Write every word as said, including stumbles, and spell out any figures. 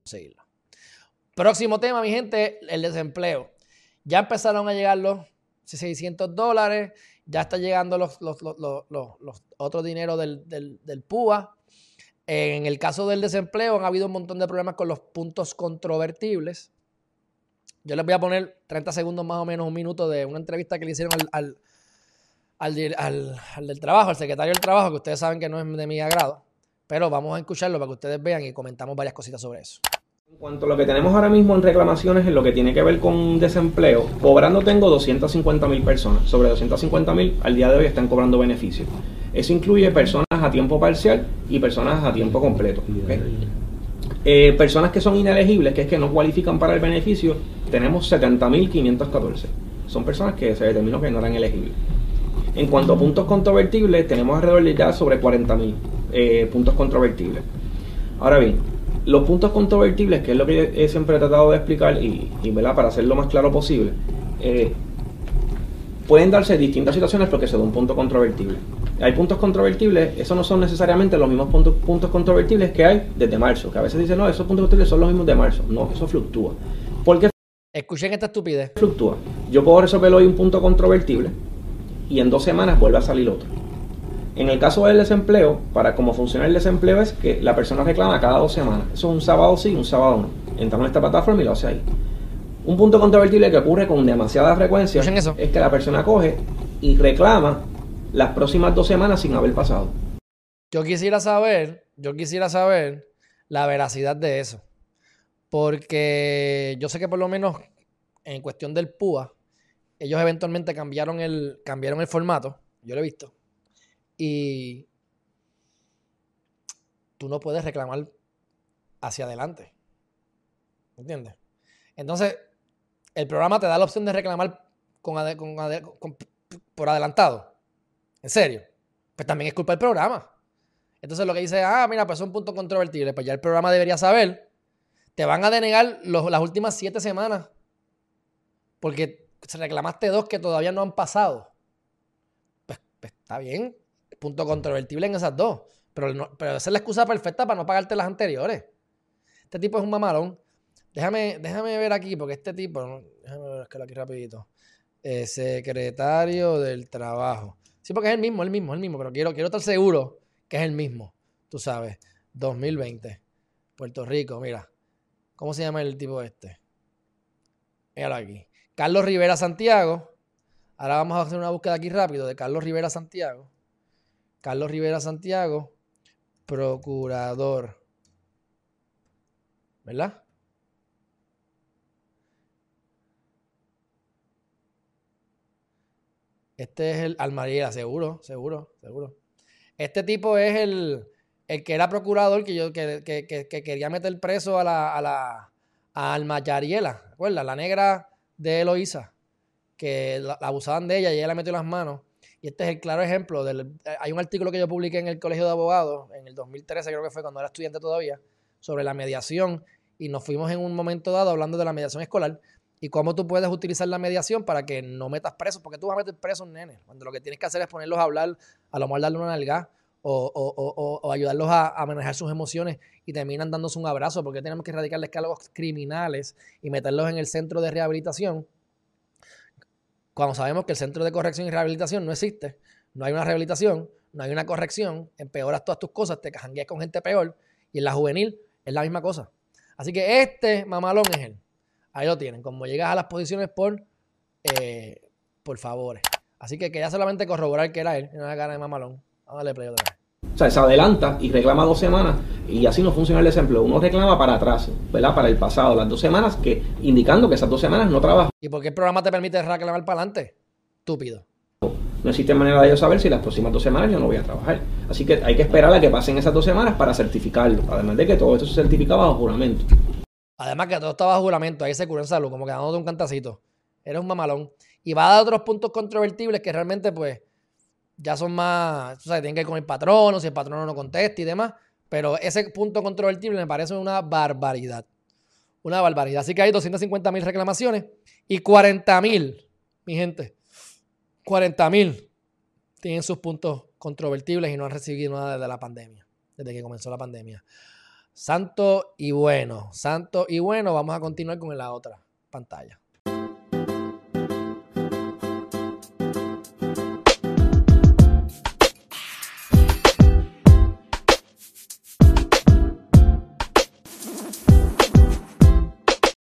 conseguirlo. Próximo tema, mi gente, el desempleo. Ya empezaron a llegar los seiscientos dólares, ya está llegando los, los, los, los, los, los otros dineros del, del, del P U A. En el caso del desempleo han habido un montón de problemas con los puntos controvertibles. Yo les voy a poner treinta segundos más o menos, un minuto de una entrevista que le hicieron al, al, al, al, al del trabajo, al secretario del trabajo, que ustedes saben que no es de mi agrado, pero vamos a escucharlo para que ustedes vean y comentamos varias cositas sobre eso. En cuanto a lo que tenemos ahora mismo en reclamaciones en lo que tiene que ver con desempleo, cobrando tengo doscientas cincuenta mil personas. Sobre doscientas cincuenta mil al día de hoy están cobrando beneficios. Eso incluye personas a tiempo parcial y personas a tiempo completo. ¿Okay? Eh, personas que son inelegibles, que es que no cualifican para el beneficio, tenemos setenta mil quinientos catorce. Son personas que se determinó que no eran elegibles. En cuanto a puntos controvertibles, tenemos alrededor de ya sobre cuarenta mil eh, puntos controvertibles. Ahora bien, los puntos controvertibles, que es lo que he siempre he tratado de explicar y, y ¿verdad? Para hacerlo lo más claro posible, eh, pueden darse distintas situaciones porque se da un punto controvertible. Hay puntos controvertibles, esos no son necesariamente los mismos puntos, puntos controvertibles que hay desde marzo, que a veces dicen, no, esos puntos controvertibles son los mismos de marzo. No, eso fluctúa. ¿Por qué Escuchen esta estupidez. Fluctúa. Yo puedo resolver hoy un punto controvertible y en dos semanas vuelve a salir otro. En el caso del desempleo, para cómo funciona el desempleo es que la persona reclama cada dos semanas. Eso es un sábado sí, un sábado no. Entramos en esta plataforma y lo hace ahí. Un punto controvertible que ocurre con demasiada frecuencia es que la persona coge y reclama las próximas dos semanas sin haber pasado. Yo quisiera saber, yo quisiera saber la veracidad de eso. Porque yo sé que por lo menos en cuestión del P U A, ellos eventualmente cambiaron el, cambiaron el formato. Yo lo he visto. Y tú no puedes reclamar hacia adelante. ¿Entiendes? Entonces, el programa te da la opción de reclamar con, ade- con, ade- con, por adelantado. ¿En serio? Pues también es culpa del programa. Entonces lo que dice, ah, mira, pues es un punto controvertible. Pues ya el programa debería saber. Te van a denegar los, las últimas siete semanas. Porque reclamaste dos que todavía no han pasado. Pues, pues está bien. Punto controvertible en esas dos. Pero, no, pero esa es la excusa perfecta para no pagarte las anteriores. Este tipo es un mamalón. Déjame, déjame ver aquí, porque este tipo, ¿no? Déjame ver aquí rapidito. Eh, secretario del Trabajo. Sí, porque es el mismo, el mismo, el mismo, pero quiero, quiero estar seguro que es el mismo. Tú sabes, dos mil veinte. Puerto Rico, mira. ¿Cómo se llama el tipo este? Míralo aquí. Carlos Rivera Santiago. Ahora vamos a hacer una búsqueda aquí rápido de Carlos Rivera Santiago. Carlos Rivera Santiago, procurador. ¿Verdad? Este es el Almariela, seguro, seguro, seguro. Este tipo es el, el que era procurador que yo que, que, que, que quería meter preso a la a la a Alma Yariela, ¿recuerdas? La negra de Eloísa, que la, la abusaban de ella y ella le metió las manos. Y este es el claro ejemplo. Del, hay un artículo que yo publiqué en el Colegio de Abogados en el dos mil trece, creo que fue cuando era estudiante todavía, sobre la mediación. Y nos fuimos en un momento dado hablando de la mediación escolar y cómo tú puedes utilizar la mediación para que no metas presos, porque tú vas a meter presos a un nene, cuando lo que tienes que hacer es ponerlos a hablar, a lo mejor darle una nalgada o, o, o, o ayudarlos a, a manejar sus emociones y terminan dándose un abrazo, porque tenemos que erradicarles cargos criminales y meterlos en el centro de rehabilitación, cuando sabemos que el centro de corrección y rehabilitación no existe, no hay una rehabilitación, no hay una corrección, empeoras todas tus cosas, te jangueas con gente peor, y en la juvenil es la misma cosa. Así que este mamalón es él. Ahí lo tienen, como llegas a las posiciones por, eh, por favores. Así que quería solamente corroborar que era él, y no la cara de mamalón. Vamos a darle play otra vez. O sea, se adelanta y reclama dos semanas y así no funciona el desempleo. Uno reclama para atrás, ¿verdad? Para el pasado, las dos semanas, que indicando que esas dos semanas no trabaja. ¿Y por qué el programa te permite reclamar para adelante? Estúpido. No existe manera de yo saber si las próximas dos semanas yo no voy a trabajar. Así que hay que esperar a que pasen esas dos semanas para certificarlo. Además de que todo esto se certifica bajo juramento. Además que todo está bajo juramento, ahí se curó en salud, como que dándote un cantacito. Eres un mamalón. Y va a dar otros puntos controvertibles que realmente, pues, ya son más, tú sabes, tienen que ver con el patrono, si el patrono no contesta y demás. Pero ese punto controvertible me parece una barbaridad. Una barbaridad. Así que hay doscientas cincuenta mil reclamaciones y cuarenta mil, mi gente, cuarenta mil tienen sus puntos controvertibles y no han recibido nada desde la pandemia, desde que comenzó la pandemia. Santo y bueno. Santo y bueno. Vamos a continuar con la otra pantalla.